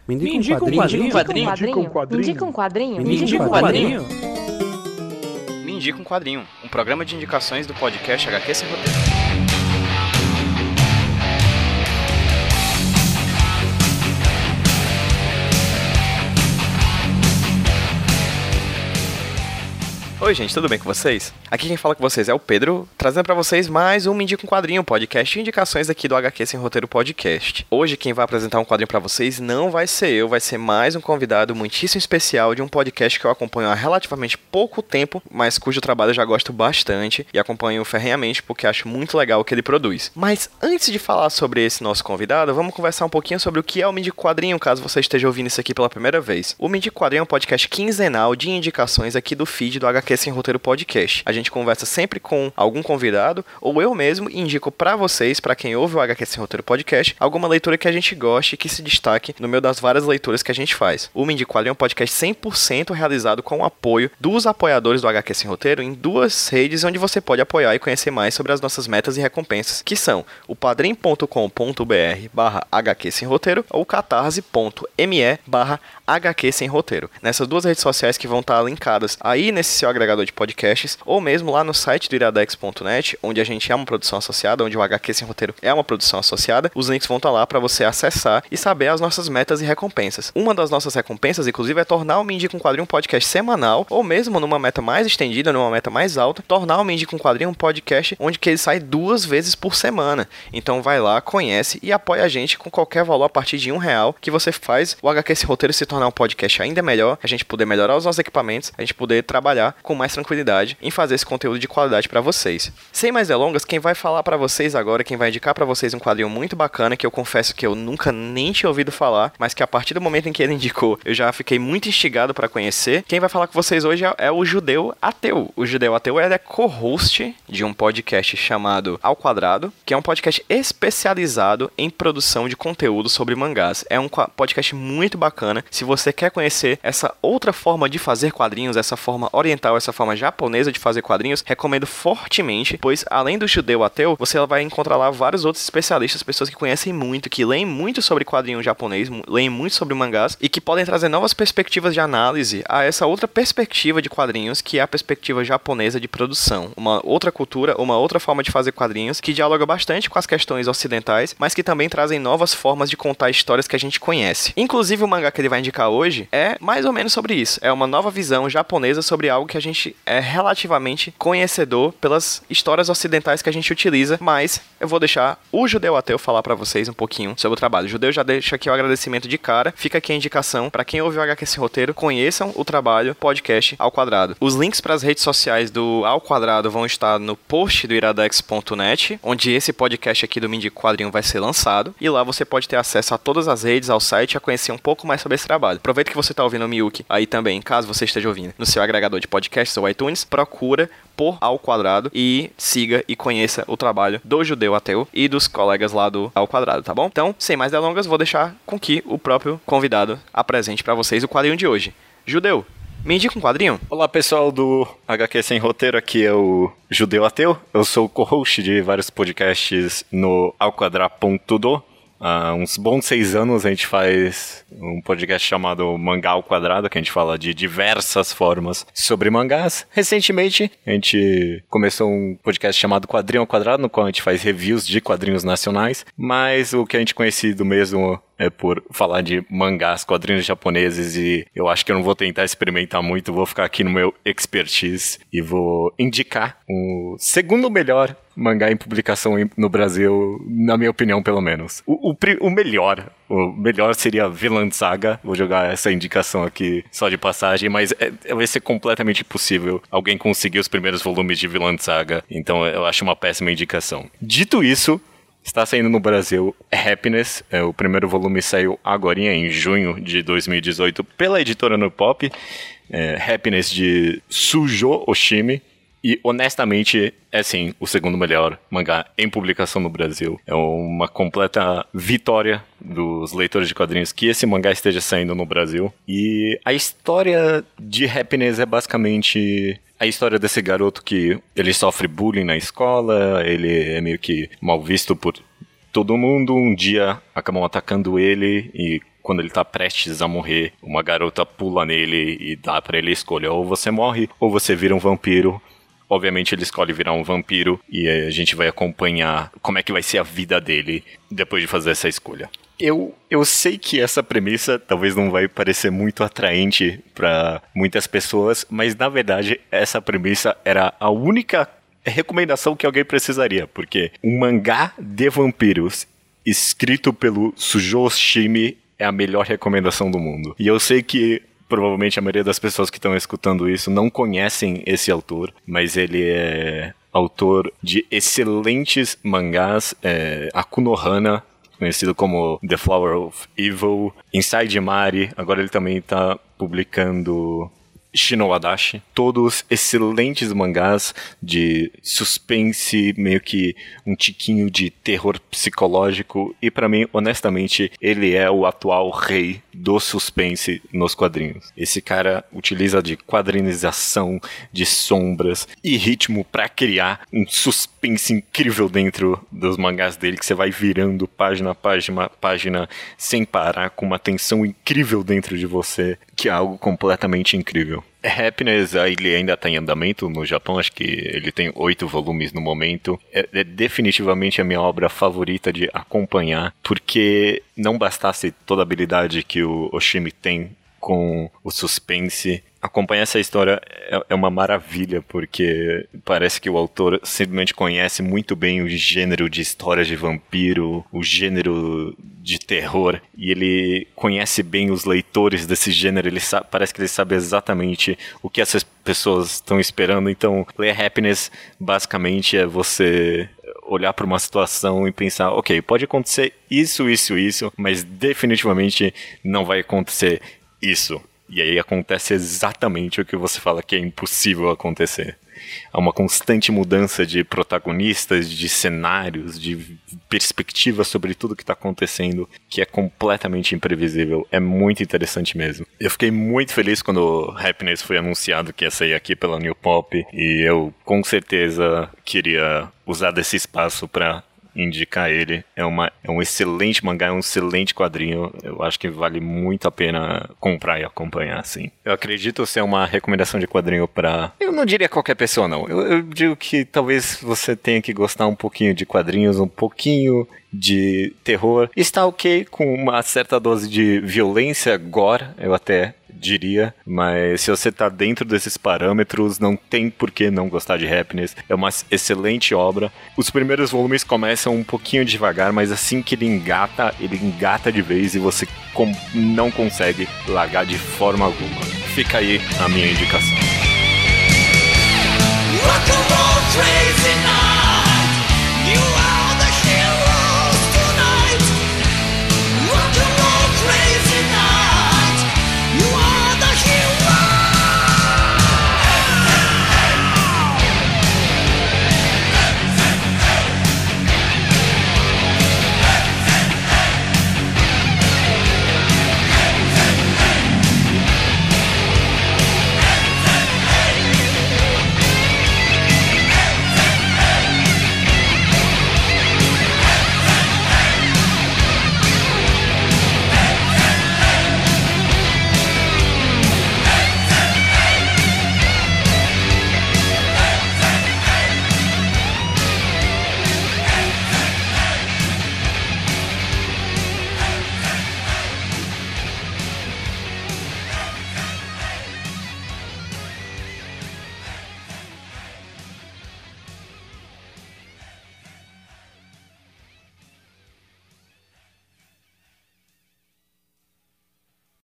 Me indica um quadrinho. Me indica um quadrinho. Me indica um quadrinho. Me indica um quadrinho. Um programa de indicações do podcast HQ Sem Roteiro. Oi gente, tudo bem com vocês? Aqui quem fala com vocês é o Pedro, trazendo pra vocês mais um Me Indica um Quadrinho, podcast de indicações aqui do HQ Sem Roteiro Podcast. Hoje quem vai apresentar um quadrinho pra vocês não vai ser eu, vai ser mais um convidado muitíssimo especial de um podcast que eu acompanho há relativamente pouco tempo, mas cujo trabalho eu já gosto bastante e acompanho ferrenhamente porque acho muito legal o que ele produz. Mas antes de falar sobre esse nosso convidado, vamos conversar um pouquinho sobre o que é o Me Indica um Quadrinho, caso você esteja ouvindo isso aqui pela primeira vez. O Me Indica um Quadrinho é um podcast quinzenal de indicações aqui do feed do HQ Sem Roteiro Podcast. A gente conversa sempre com algum convidado, ou eu mesmo indico pra vocês, pra quem ouve o HQ Sem Roteiro Podcast, alguma leitura que a gente goste e que se destaque no meio das várias leituras que a gente faz. O Me Indica um Quadrinho é um podcast 100% realizado com o apoio dos apoiadores do HQ Sem Roteiro em duas redes onde você pode apoiar e conhecer mais sobre as nossas metas e recompensas, que são o padrim.com.br/HQ Sem Roteiro ou catarse.me/HQ Sem Roteiro. Nessas duas redes sociais que vão estar linkadas aí nesse seu agregador de podcasts, ou mesmo lá no site do iradex.net, onde a gente é uma produção associada, onde o HQ Sem Roteiro é uma produção associada, os links vão estar lá para você acessar e saber as nossas metas e recompensas. Uma das nossas recompensas, inclusive, é tornar o Me Indica um Quadrinho um podcast semanal, ou mesmo numa meta mais estendida, numa meta mais alta, tornar o Me Indica um Quadrinho um podcast onde que ele sai 2 vezes por semana. Então vai lá, conhece e apoia a gente com qualquer valor a partir de R$1, que você faz o HQ Sem Roteiro se tornar um podcast ainda melhor, a gente poder melhorar os nossos equipamentos, a gente poder trabalhar com mais tranquilidade em fazer esse conteúdo de qualidade para vocês. Sem mais delongas, quem vai falar para vocês agora, quem vai indicar para vocês um quadrinho muito bacana, que eu confesso que eu nunca nem tinha ouvido falar, mas que a partir do momento em que ele indicou, eu já fiquei muito instigado para conhecer. Quem vai falar com vocês hoje é o Judeu Ateu. O Judeu Ateu é co-host de um podcast chamado Ao Quadrado, que é um podcast especializado em produção de conteúdo sobre mangás. É um podcast muito bacana. Se você quer conhecer essa outra forma de fazer quadrinhos, essa forma oriental, essa forma japonesa de fazer quadrinhos, recomendo fortemente, pois além do Judeu Ateu, você vai encontrar lá vários outros especialistas, pessoas que conhecem muito, que leem muito sobre quadrinho japonês, leem muito sobre mangás e que podem trazer novas perspectivas de análise a essa outra perspectiva de quadrinhos, que é a perspectiva japonesa de produção. Uma outra cultura, uma outra forma de fazer quadrinhos que dialoga bastante com as questões ocidentais, mas que também trazem novas formas de contar histórias que a gente conhece. Inclusive o mangá que ele vai indicar hoje é mais ou menos sobre isso. É uma nova visão japonesa sobre algo que a gente é relativamente conhecedor pelas histórias ocidentais que a gente utiliza, mas eu vou deixar o Judeu Ateu falar pra vocês um pouquinho sobre o trabalho. O Judeu já deixa aqui o agradecimento de cara, fica aqui a indicação pra quem ouve o HQ Sem Roteiro, conheçam o trabalho podcast Ao Quadrado. Os links para as redes sociais do Ao Quadrado vão estar no post do iradex.net, onde esse podcast aqui do Me Indica um Quadrinho vai ser lançado, e lá você pode ter acesso a todas as redes, ao site, a conhecer um pouco mais sobre esse trabalho. Aproveita que você tá ouvindo o Miyuki aí também, caso você esteja ouvindo no seu agregador de podcasts ou iTunes, procura por Ao Quadrado e siga e conheça o trabalho do Judeu Ateu e dos colegas lá do Ao Quadrado, tá bom? Então, sem mais delongas, vou deixar com que o próprio convidado apresente pra vocês o quadrinho de hoje. Judeu, me indica um quadrinho? Olá pessoal do HQ Sem Roteiro, aqui é o Judeu Ateu. Eu sou o co-host de vários podcasts no alquadra.do. Há uns bons 6 anos a gente faz um podcast chamado Mangá ao Quadrado, que a gente fala de diversas formas sobre mangás. Recentemente a gente começou um podcast chamado Quadrinho ao Quadrado, no qual a gente faz reviews de quadrinhos nacionais, mas o que a gente conhecido mesmo é por falar de mangás, quadrinhos japoneses, e eu acho que eu não vou tentar experimentar muito, vou ficar aqui no meu expertise e vou indicar o segundo melhor mangá em publicação no Brasil, na minha opinião, pelo menos. O melhor seria Vinland Saga, vou jogar essa indicação aqui só de passagem, mas vai ser completamente impossível alguém conseguir os primeiros volumes de Vinland Saga, então eu acho uma péssima indicação. Dito isso, está saindo no Brasil Happiness, o primeiro volume saiu agora em junho de 2018 pela editora No Pop, Happiness de Sujo Oshimi, e honestamente é sim o segundo melhor mangá em publicação no Brasil. É uma completa vitória dos leitores de quadrinhos que esse mangá esteja saindo no Brasil. E a história de Happiness é basicamente a história desse garoto que ele sofre bullying na escola, ele é meio que mal visto por todo mundo. Um dia acabam atacando ele e quando ele tá prestes a morrer, uma garota pula nele e dá pra ele escolher, ou você morre, ou você vira um vampiro. Obviamente ele escolhe virar um vampiro e a gente vai acompanhar como é que vai ser a vida dele depois de fazer essa escolha. Eu sei que essa premissa talvez não vai parecer muito atraente para muitas pessoas, mas na verdade essa premissa era a única recomendação que alguém precisaria, porque um mangá de vampiros escrito pelo Sujou Oshimi é a melhor recomendação do mundo. E eu sei que provavelmente a maioria das pessoas que estão escutando isso não conhecem esse autor, mas ele é autor de excelentes mangás, Akunohana, conhecido como The Flower of Evil, Inside Mari, agora ele também está publicando Shinowadashi, todos excelentes mangás de suspense, meio que um tiquinho de terror psicológico, e pra mim, honestamente, ele é o atual rei do suspense nos quadrinhos. Esse cara utiliza de quadrinização, de sombras e ritmo pra criar um suspense incrível dentro dos mangás dele, que você vai virando página a página sem parar, com uma tensão incrível dentro de você, que é algo completamente incrível. Happiness, ele ainda está em andamento no Japão, acho que ele tem 8 volumes no momento. É definitivamente a minha obra favorita de acompanhar, porque não bastasse toda a habilidade que o Oshimi tem com o suspense, acompanhar essa história é uma maravilha, porque parece que o autor simplesmente conhece muito bem o gênero de histórias de vampiro, o gênero de terror, e ele conhece bem os leitores desse gênero, parece que ele sabe exatamente o que essas pessoas estão esperando. Então, ler Happiness basicamente é você olhar para uma situação e pensar, ok, pode acontecer isso, mas definitivamente não vai acontecer isso. E aí acontece exatamente o que você fala que é impossível acontecer. Há uma constante mudança de protagonistas, de cenários, de perspectivas sobre tudo que está acontecendo, que é completamente imprevisível. É muito interessante mesmo. Eu fiquei muito feliz quando Happiness foi anunciado que ia sair aqui pela New Pop, e eu com certeza queria usar desse espaço para indicar ele. É um excelente mangá, é um excelente quadrinho. Eu acho que vale muito a pena comprar e acompanhar, assim. Eu acredito ser uma recomendação de quadrinho pra... Eu não diria qualquer pessoa, não. Eu digo que talvez você tenha que gostar um pouquinho de quadrinhos, um pouquinho de terror. Está ok com uma certa dose de violência, gore, eu até diria, mas se você tá dentro desses parâmetros, não tem por que não gostar de Happiness. É uma excelente obra. Os primeiros volumes começam um pouquinho devagar, mas assim que ele engata de vez e você não consegue largar de forma alguma. Fica aí a minha indicação. Rock and roll,